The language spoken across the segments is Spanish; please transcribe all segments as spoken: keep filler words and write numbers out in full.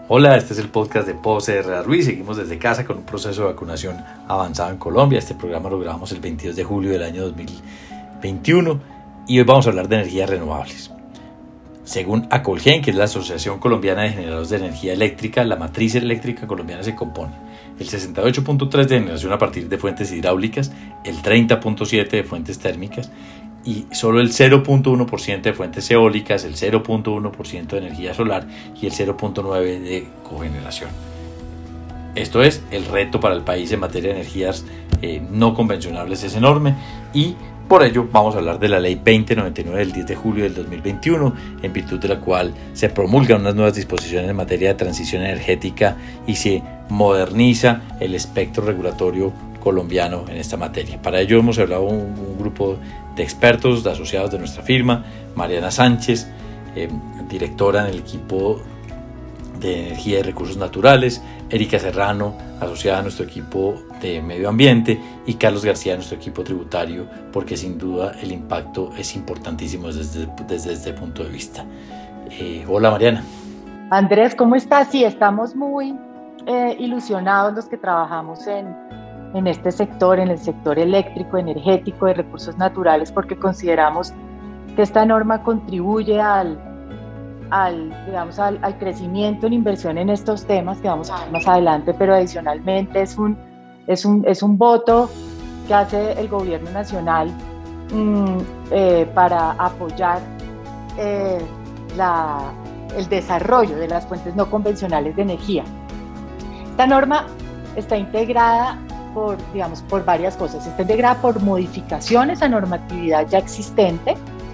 Hola, este es el podcast de P O C R Ruiz. Seguimos desde casa con un proceso de vacunación avanzado en Colombia. Este programa lo grabamos el veintidós de julio del año dos mil veintiuno y hoy vamos a hablar de energías renovables. Según ACOLGEN, que es la Asociación Colombiana de Generadores de Energía Eléctrica, la matriz eléctrica colombiana se compone el sesenta y ocho punto tres por ciento de generación a partir de fuentes hidráulicas, el treinta punto siete por ciento de fuentes térmicas y solo el cero punto uno por ciento de fuentes eólicas, el cero punto uno por ciento de energía solar y el cero punto nueve por ciento de cogeneración. Esto es, el reto para el país en materia de energías eh, no convencionales es enorme y por ello vamos a hablar de la ley veinte noventa y nueve del diez de julio del dos mil veintiuno, en virtud de la cual se promulgan unas nuevas disposiciones en materia de transición energética y se moderniza el espectro regulatorio colombiano en esta materia. Para ello hemos hablado un, un grupo de expertos, de asociados de nuestra firma, Mariana Sánchez, eh, directora en el equipo de energía y recursos naturales, Erika Serrano, asociada a nuestro equipo de medio ambiente, y Carlos García, nuestro equipo tributario, porque sin duda el impacto es importantísimo desde, desde este punto de vista. Eh, hola Mariana. Andrés, ¿cómo estás? Sí, estamos muy eh, ilusionados los que trabajamos en, en este sector, en el sector eléctrico, energético, de recursos naturales, porque consideramos que esta norma contribuye al, al, digamos, al, al crecimiento en inversión en estos temas que vamos a ver más adelante, pero adicionalmente es un, es un, es un voto que hace el gobierno nacional mmm, eh, para apoyar eh, la, el desarrollo de las fuentes no convencionales de energía. Esta norma está integrada por, digamos, por varias cosas. Está integrada por modificaciones a normatividad ya existente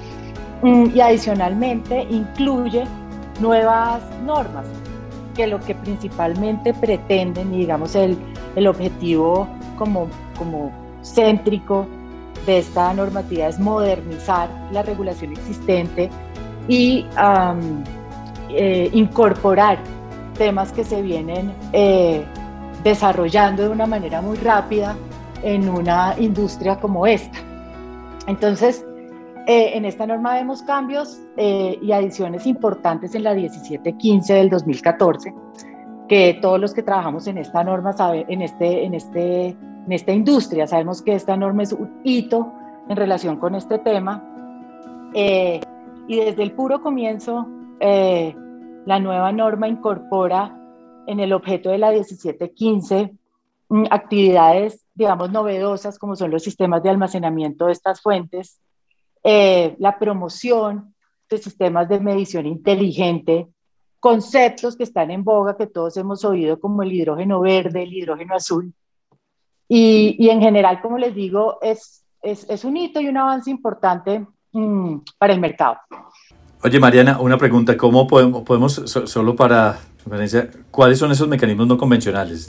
y adicionalmente incluye nuevas normas que lo que principalmente pretenden, y digamos el, el objetivo como, como céntrico de esta normatividad es modernizar la regulación existente y um, eh, incorporar temas que se vienen eh, desarrollando de una manera muy rápida en una industria como esta. Entonces, eh, en esta norma vemos cambios eh, y adiciones importantes en la diecisiete quince del dos mil catorce, que todos los que trabajamos en esta norma, sabe, en, este, en, este, en esta industria, sabemos que esta norma es un hito en relación con este tema. Eh, y desde el puro comienzo, eh, la nueva norma incorpora en el objeto de la diecisiete quince actividades, digamos, novedosas, como son los sistemas de almacenamiento de estas fuentes, eh, la promoción de sistemas de medición inteligente, conceptos que están en boga, que todos hemos oído, como el hidrógeno verde, el hidrógeno azul, y, y en general, como les digo, es, es, es un hito y un avance importante mmm, para el mercado. Oye Mariana, una pregunta, ¿cómo podemos, podemos so, solo para, cuáles son esos mecanismos no convencionales?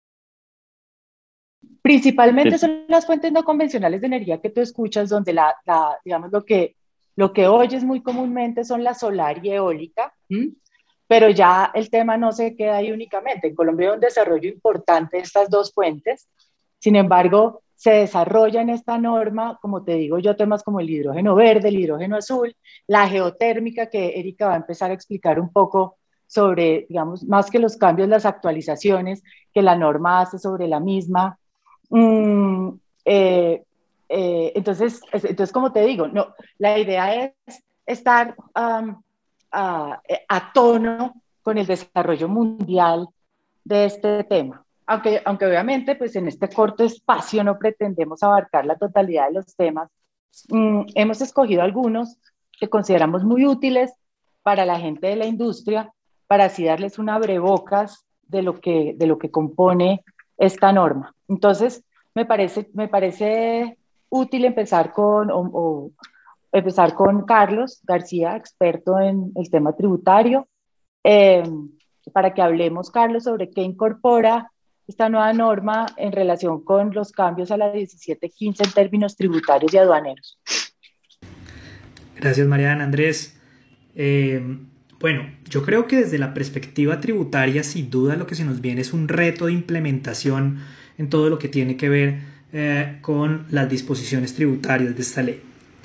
Principalmente son las fuentes no convencionales de energía que tú escuchas, donde la, la, digamos, lo que, lo que oyes muy comúnmente son la solar y eólica, ¿m? Pero ya el tema no se queda ahí únicamente. En Colombia hay un desarrollo importante de estas dos fuentes. Sin embargo, se desarrolla en esta norma, como te digo yo, temas como el hidrógeno verde, el hidrógeno azul, la geotérmica, que Erika va a empezar a explicar un poco sobre, digamos, más que los cambios, las actualizaciones que la norma hace sobre la misma. Mm, eh, eh, entonces, es, entonces, como te digo, no, la idea es estar um, a, a tono con el desarrollo mundial de este tema. Aunque, aunque obviamente pues en este corto espacio no pretendemos abarcar la totalidad de los temas, mm, hemos escogido algunos que consideramos muy útiles para la gente de la industria, para así darles un abrebocas de lo que, de lo que compone esta norma. Entonces, me parece, me parece útil empezar con, o, o empezar con Carlos García, experto en el tema tributario, eh, para que hablemos, Carlos, sobre qué incorpora esta nueva norma en relación con los cambios a la diecisiete quince en términos tributarios y aduaneros. Gracias, Mariana. Andrés. Eh, bueno, yo creo que desde la perspectiva tributaria, sin duda lo que se nos viene es un reto de implementación en todo lo que tiene que ver eh, con las disposiciones tributarias de esta ley.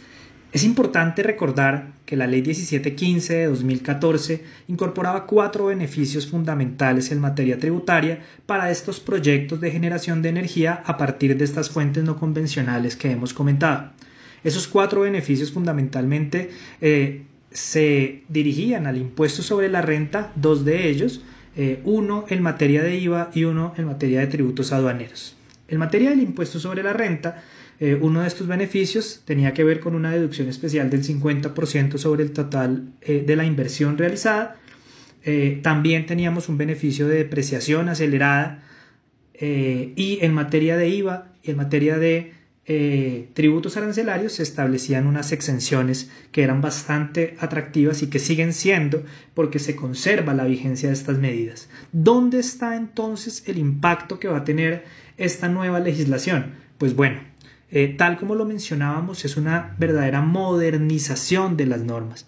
Es importante recordar que la Ley diecisiete quince de dos mil catorce incorporaba cuatro beneficios fundamentales en materia tributaria para estos proyectos de generación de energía a partir de estas fuentes no convencionales que hemos comentado. Esos cuatro beneficios fundamentalmente eh, se dirigían al impuesto sobre la renta, dos de ellos, eh, uno en materia de I V A y uno en materia de tributos aduaneros. En materia del impuesto sobre la renta, Eh, uno de estos beneficios tenía que ver con una deducción especial del cincuenta por ciento sobre el total eh, de la inversión realizada. Eh, también teníamos un beneficio de depreciación acelerada eh, y en materia de I V A y en materia de eh, tributos arancelarios se establecían unas exenciones que eran bastante atractivas y que siguen siendo porque se conserva la vigencia de estas medidas. ¿Dónde está entonces el impacto que va a tener esta nueva legislación? Pues bueno, Eh, tal como lo mencionábamos, es una verdadera modernización de las normas.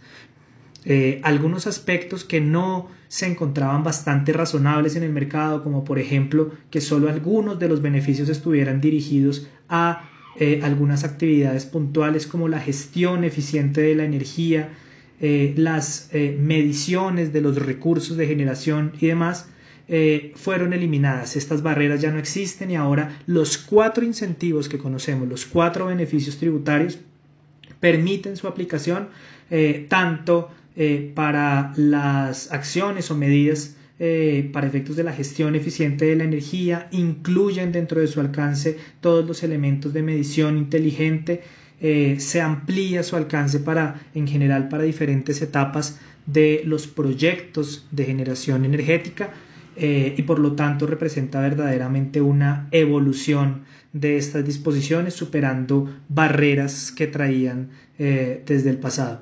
Eh, algunos aspectos que no se encontraban bastante razonables en el mercado, como por ejemplo que solo algunos de los beneficios estuvieran dirigidos a eh, algunas actividades puntuales como la gestión eficiente de la energía, eh, las eh, mediciones de los recursos de generación y demás, Eh, fueron eliminadas. Estas barreras ya no existen y ahora los cuatro incentivos que conocemos, los cuatro beneficios tributarios, permiten su aplicación eh, tanto eh, para las acciones o medidas eh, para efectos de la gestión eficiente de la energía, incluyen dentro de su alcance todos los elementos de medición inteligente, eh, se amplía su alcance para, en general, para diferentes etapas de los proyectos de generación energética. Eh, y por lo tanto representa verdaderamente una evolución de estas disposiciones, superando barreras que traían eh, desde el pasado.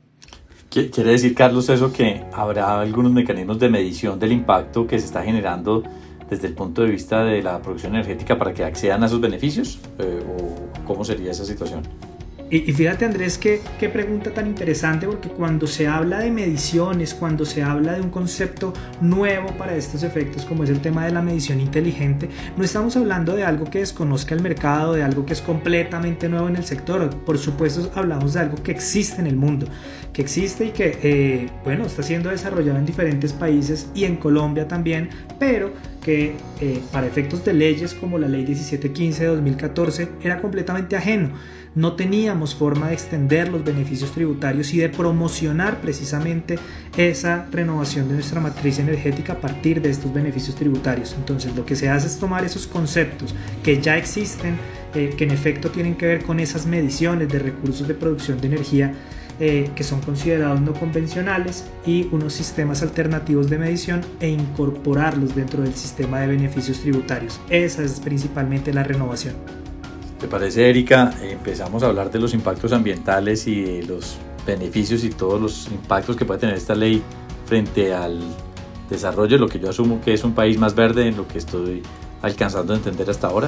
¿Quiere decir, Carlos, eso que habrá algunos mecanismos de medición del impacto que se está generando desde el punto de vista de la producción energética para que accedan a esos beneficios? Eh, ¿O cómo sería esa situación? Y, y fíjate, Andrés, qué, qué pregunta tan interesante, porque cuando se habla de mediciones, cuando se habla de un concepto nuevo para estos efectos, como es el tema de la medición inteligente, no estamos hablando de algo que desconozca el mercado, de algo que es completamente nuevo en el sector. Por supuesto, hablamos de algo que existe en el mundo, que existe y que, eh, bueno, está siendo desarrollado en diferentes países y en Colombia también, pero que eh, para efectos de leyes como la Ley diecisiete quince de dos mil catorce era completamente ajeno. No teníamos forma de extender los beneficios tributarios y de promocionar precisamente esa renovación de nuestra matriz energética a partir de estos beneficios tributarios. Entonces lo que se hace es tomar esos conceptos que ya existen, eh, que en efecto tienen que ver con esas mediciones de recursos de producción de energía Eh, que son considerados no convencionales, y unos sistemas alternativos de medición e incorporarlos dentro del sistema de beneficios tributarios. Esa es principalmente la renovación. ¿Te parece, Erika? Empezamos a hablar de los impactos ambientales y de los beneficios y todos los impactos que puede tener esta ley frente al desarrollo de lo que yo asumo que es un país más verde, en lo que estoy alcanzando a entender hasta ahora.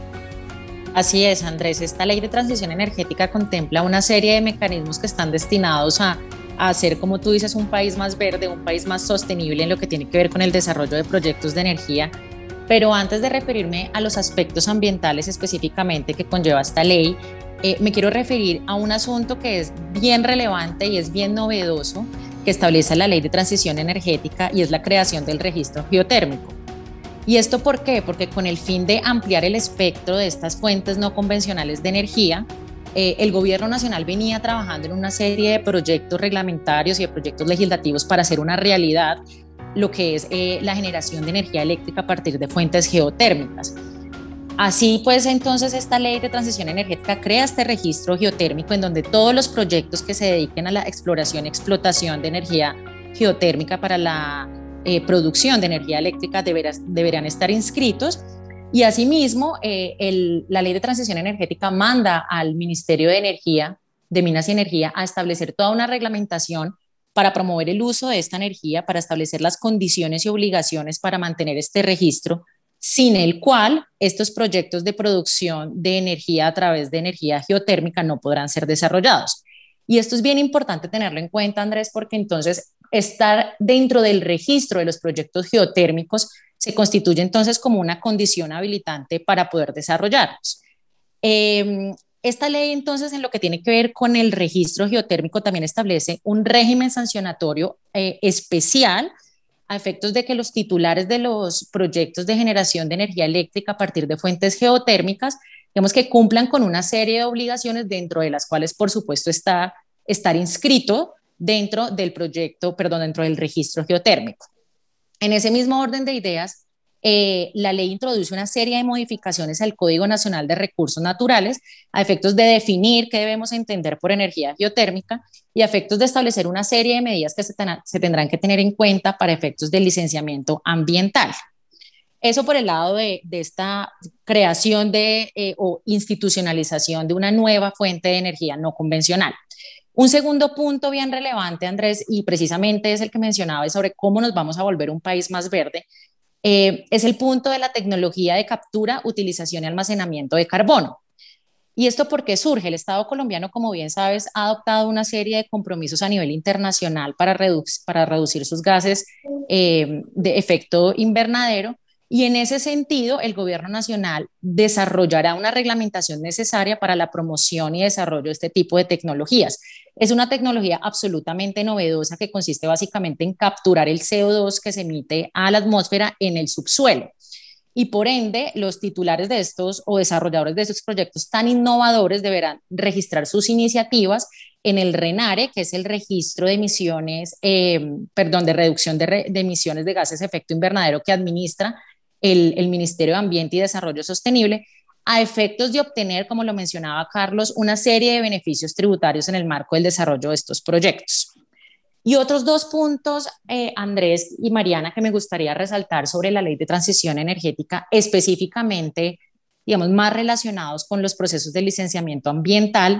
Así es, Andrés. Esta ley de transición energética contempla una serie de mecanismos que están destinados a, a hacer, como tú dices, un país más verde, un país más sostenible en lo que tiene que ver con el desarrollo de proyectos de energía. Pero antes de referirme a los aspectos ambientales específicamente que conlleva esta ley, eh, me quiero referir a un asunto que es bien relevante y es bien novedoso que establece la ley de transición energética, y es la creación del registro geotérmico. ¿Y esto por qué? Porque con el fin de ampliar el espectro de estas fuentes no convencionales de energía, eh, el gobierno nacional venía trabajando en una serie de proyectos reglamentarios y de proyectos legislativos para hacer una realidad lo que es eh, la generación de energía eléctrica a partir de fuentes geotérmicas. Así pues, entonces esta ley de transición energética crea este registro geotérmico en donde todos los proyectos que se dediquen a la exploración y explotación de energía geotérmica para la Eh, producción de energía eléctrica deberás, deberán estar inscritos, y asimismo eh, el, la ley de transición energética manda al Ministerio de Energía, de Minas y Energía, a establecer toda una reglamentación para promover el uso de esta energía, para establecer las condiciones y obligaciones para mantener este registro, sin el cual estos proyectos de producción de energía a través de energía geotérmica no podrán ser desarrollados. Y esto es bien importante tenerlo en cuenta, Andrés, porque entonces estar dentro del registro de los proyectos geotérmicos se constituye entonces como una condición habilitante para poder desarrollarlos. Eh, esta ley entonces en lo que tiene que ver con el registro geotérmico también establece un régimen sancionatorio eh, especial a efectos de que los titulares de los proyectos de generación de energía eléctrica a partir de fuentes geotérmicas, digamos que cumplan con una serie de obligaciones, dentro de las cuales por supuesto está estar inscrito dentro del proyecto, perdón, dentro del registro geotérmico. En ese mismo orden de ideas, eh, la ley introduce una serie de modificaciones al Código Nacional de Recursos Naturales a efectos de definir qué debemos entender por energía geotérmica y a efectos de establecer una serie de medidas que se, ten se tendrán que tener en cuenta para efectos del licenciamiento ambiental. Eso por el lado de, de esta creación de, eh, o institucionalización de una nueva fuente de energía no convencional. Un segundo punto bien relevante, Andrés, y precisamente es el que mencionaba sobre cómo nos vamos a volver un país más verde, eh, es el punto de la tecnología de captura, utilización y almacenamiento de carbono. ¿Y esto por qué surge? El Estado colombiano, como bien sabes, ha adoptado una serie de compromisos a nivel internacional para, redu para reducir sus gases eh, de efecto invernadero. Y en ese sentido, el gobierno nacional desarrollará una reglamentación necesaria para la promoción y desarrollo de este tipo de tecnologías. Es una tecnología absolutamente novedosa que consiste básicamente en capturar el C O dos que se emite a la atmósfera en el subsuelo. Y por ende, los titulares de estos o desarrolladores de estos proyectos tan innovadores deberán registrar sus iniciativas en el RENARE, que es el registro de emisiones, eh, perdón, de reducción de, re, de emisiones de gases de efecto invernadero que administra el, el Ministerio de Ambiente y Desarrollo Sostenible, a efectos de obtener, como lo mencionaba Carlos, una serie de beneficios tributarios en el marco del desarrollo de estos proyectos. Y otros dos puntos, eh, Andrés y Mariana, que me gustaría resaltar sobre la Ley de Transición Energética, específicamente, digamos, más relacionados con los procesos de licenciamiento ambiental,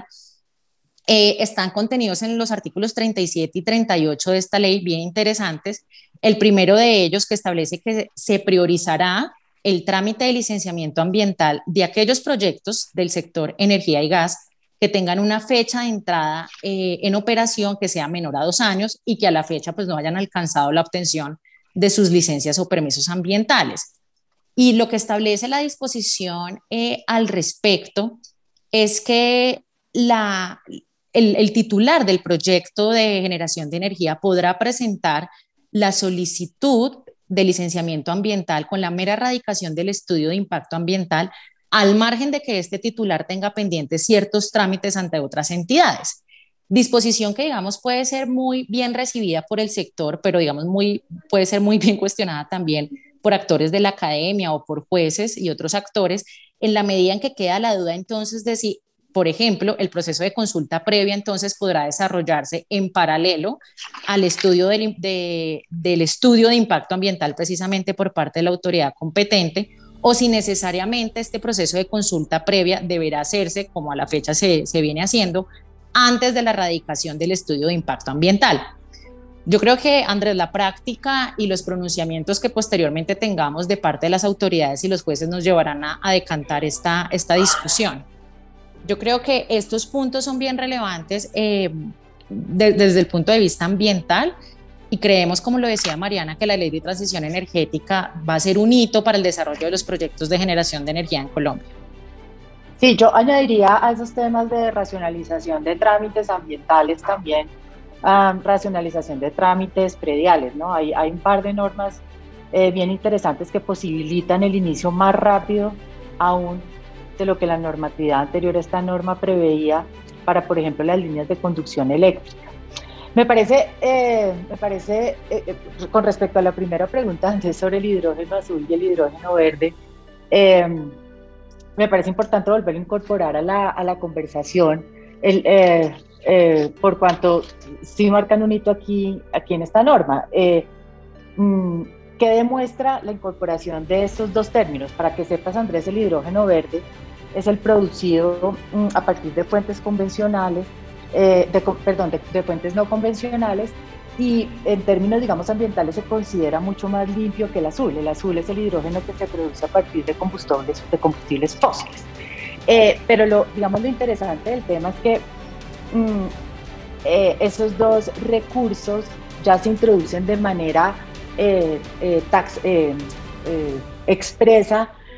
eh, están contenidos en los artículos treinta y siete y treinta y ocho de esta ley, bien interesantes. El primero de ellos, que establece que se priorizará el trámite de licenciamiento ambiental de aquellos proyectos del sector energía y gas que tengan una fecha de entrada eh, en operación que sea menor a dos años y que a la fecha pues no hayan alcanzado la obtención de sus licencias o permisos ambientales. Y lo que establece la disposición eh, al respecto es que la, el, el titular del proyecto de generación de energía podrá presentar la solicitud de licenciamiento ambiental con la mera radicación del estudio de impacto ambiental, al margen de que este titular tenga pendientes ciertos trámites ante otras entidades. Disposición que, digamos, puede ser muy bien recibida por el sector, pero, digamos, muy, puede ser muy bien cuestionada también por actores de la academia o por jueces y otros actores, en la medida en que queda la duda entonces de si, por ejemplo, el proceso de consulta previa entonces podrá desarrollarse en paralelo al estudio del, de, del estudio de impacto ambiental precisamente por parte de la autoridad competente, o si necesariamente este proceso de consulta previa deberá hacerse, como a la fecha se, se viene haciendo, antes de la radicación del estudio de impacto ambiental. Yo creo que, Andrés, la práctica y los pronunciamientos que posteriormente tengamos de parte de las autoridades y los jueces nos llevarán a, a decantar esta, esta discusión. Yo creo que estos puntos son bien relevantes eh, de, desde el punto de vista ambiental, y creemos, como lo decía Mariana, que la Ley de Transición Energética va a ser un hito para el desarrollo de los proyectos de generación de energía en Colombia. Sí, yo añadiría a esos temas de racionalización de trámites ambientales también um, racionalización de trámites prediales, ¿no? Hay, hay un par de normas eh, bien interesantes que posibilitan el inicio más rápido aún de lo que la normatividad anterior a esta norma preveía para, por ejemplo, las líneas de conducción eléctrica. Me parece, eh, me parece eh, con respecto a la primera pregunta antes sobre el hidrógeno azul y el hidrógeno verde, eh, me parece importante volver a incorporar a la, a la conversación, el, eh, eh, por cuanto sí marcan un hito aquí, aquí en esta norma, eh, mm, que demuestra la incorporación de estos dos términos. Para que sepas, Andrés, el hidrógeno verde es el producido mm, a partir de fuentes convencionales, Eh, de, perdón, de, de fuentes no convencionales, y en términos, digamos, ambientales se considera mucho más limpio que el azul. El azul es el hidrógeno que se produce a partir de combustibles, de combustibles fósiles. Eh, pero lo, digamos, lo interesante del tema es que mm, eh, esos dos recursos ya se introducen de manera eh, eh, tax, eh, eh, expresa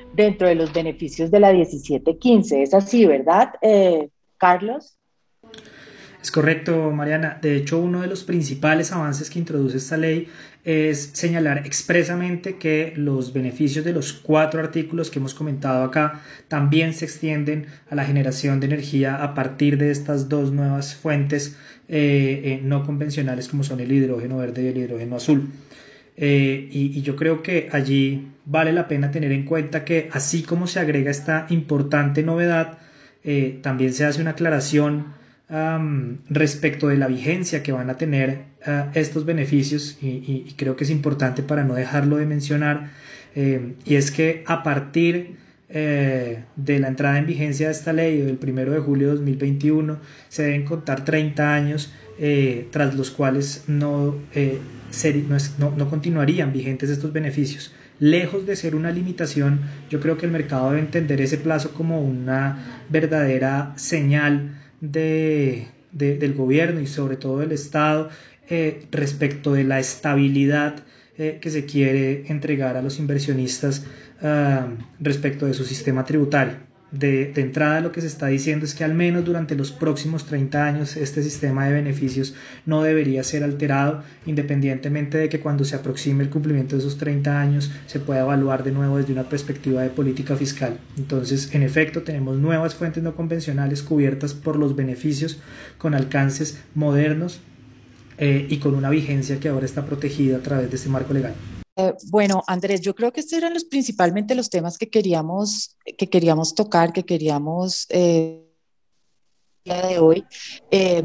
dentro de los beneficios de la diecisiete quince. Es así, ¿verdad, eh, Carlos? Es correcto, Mariana. De hecho, uno de los principales avances que introduce esta ley es señalar expresamente que los beneficios de los cuatro artículos que hemos comentado acá también se extienden a la generación de energía a partir de estas dos nuevas fuentes eh, eh, no convencionales como son el hidrógeno verde y el hidrógeno azul. Eh, y, y yo creo que allí vale la pena tener en cuenta que así como se agrega esta importante novedad, eh, también se hace una aclaración Um, respecto de la vigencia que van a tener uh, estos beneficios y, y, y creo que es importante para no dejarlo de mencionar, eh, y es que a partir eh, de la entrada en vigencia de esta ley del primero de julio de dos mil veintiuno se deben contar treinta años eh, tras los cuales no, eh, ser, no, es, no, no continuarían vigentes estos beneficios. Lejos de ser una limitación, yo creo que el mercado debe entender ese plazo como una verdadera señal De, de, del gobierno y sobre todo del Estado eh, respecto de la estabilidad eh, que se quiere entregar a los inversionistas uh, respecto de su sistema tributario. De, de entrada, lo que se está diciendo es que al menos durante los próximos treinta años este sistema de beneficios no debería ser alterado, independientemente de que cuando se aproxime el cumplimiento de esos treinta años se pueda evaluar de nuevo desde una perspectiva de política fiscal. Entonces, en efecto, tenemos nuevas fuentes no convencionales cubiertas por los beneficios con alcances modernos eh, y con una vigencia que ahora está protegida a través de este marco legal. Eh, bueno, Andrés, yo creo que estos eran los, principalmente los temas que queríamos, que queríamos tocar, que queríamos eh, el día de hoy. Eh,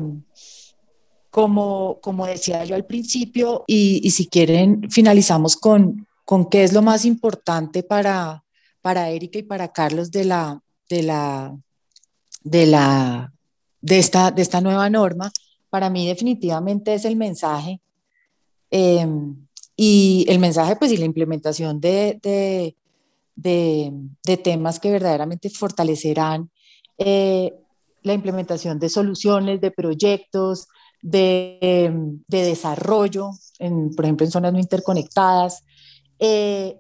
como, como decía yo al principio, y, y si quieren, finalizamos con, con qué es lo más importante para, para Erika y para Carlos de, la, de, la, de, la, de, esta, de esta nueva norma. Para mí definitivamente es el mensaje. Eh, Y el mensaje, pues, y la implementación de, de, de, de temas que verdaderamente fortalecerán eh, la implementación de soluciones, de proyectos, de, de desarrollo, en, por ejemplo, en zonas no interconectadas, eh,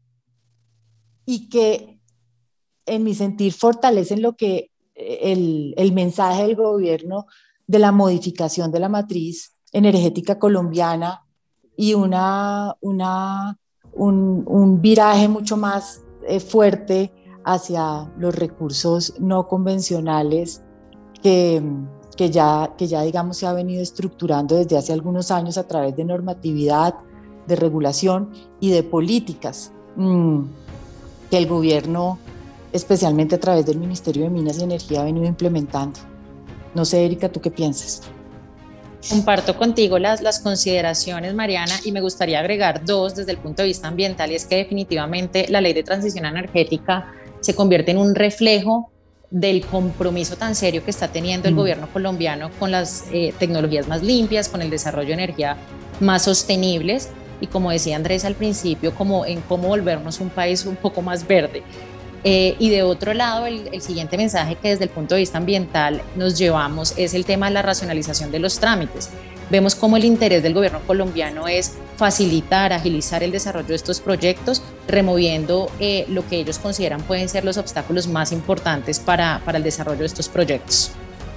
y que, en mi sentir, fortalecen lo que el, el mensaje del gobierno de la modificación de la matriz energética colombiana y una, una, un, un viraje mucho más eh, fuerte hacia los recursos no convencionales que, que, ya, que ya, digamos, se ha venido estructurando desde hace algunos años a través de normatividad, de regulación y de políticas mmm, que el gobierno, especialmente a través del Ministerio de Minas y Energía, ha venido implementando. No sé, Erika, ¿tú qué piensas? Comparto contigo las, las consideraciones, Mariana, y me gustaría agregar dos desde el punto de vista ambiental, y es que definitivamente la ley de transición energética se convierte en un reflejo del compromiso tan serio que está teniendo el mm. gobierno colombiano con las eh, tecnologías más limpias, con el desarrollo de energía más sostenibles, y como decía Andrés al principio, como en cómo volvernos un país un poco más verde. Eh, y de otro lado, el, el siguiente mensaje que desde el punto de vista ambiental nos llevamos es el tema de la racionalización de los trámites. Vemos cómo el interés del gobierno colombiano es facilitar, agilizar el desarrollo de estos proyectos, removiendo eh, lo que ellos consideran pueden ser los obstáculos más importantes para, para el desarrollo de estos proyectos.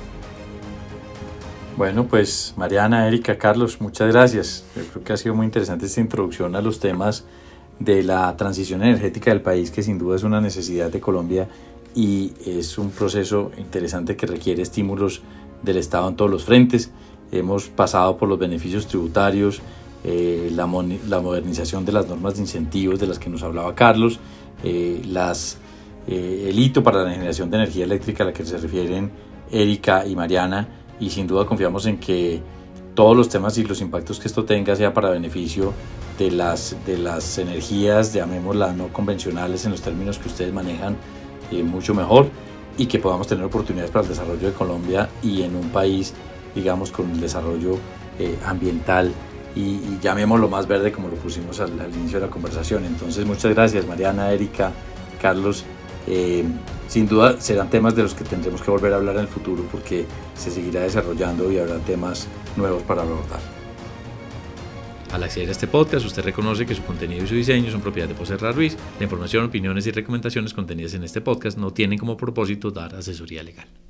Bueno, pues Mariana, Erika, Carlos, muchas gracias. Yo creo que ha sido muy interesante esta introducción a los temas de la transición energética del país, que sin duda es una necesidad de Colombia y es un proceso interesante que requiere estímulos del Estado en todos los frentes. Hemos pasado por los beneficios tributarios, eh, la, mon- la modernización de las normas de incentivos de las que nos hablaba Carlos, eh, las, eh, el hito para la generación de energía eléctrica a la que se refieren Erika y Mariana, y sin duda confiamos en que todos los temas y los impactos que esto tenga sea para beneficio de las, de las energías, llamémoslas no convencionales en los términos que ustedes manejan, eh, mucho mejor, y que podamos tener oportunidades para el desarrollo de Colombia y en un país, digamos, con el desarrollo eh, ambiental y, y llamémoslo más verde, como lo pusimos al, al inicio de la conversación. Entonces, muchas gracias, Mariana, Erika, Carlos. Eh, sin duda serán temas de los que tendremos que volver a hablar en el futuro, porque se seguirá desarrollando y habrá temas nuevos para abordar. Al acceder a este podcast, usted reconoce que su contenido y su diseño son propiedad de Poserra Ruiz. La información, opiniones y recomendaciones contenidas en este podcast no tienen como propósito dar asesoría legal.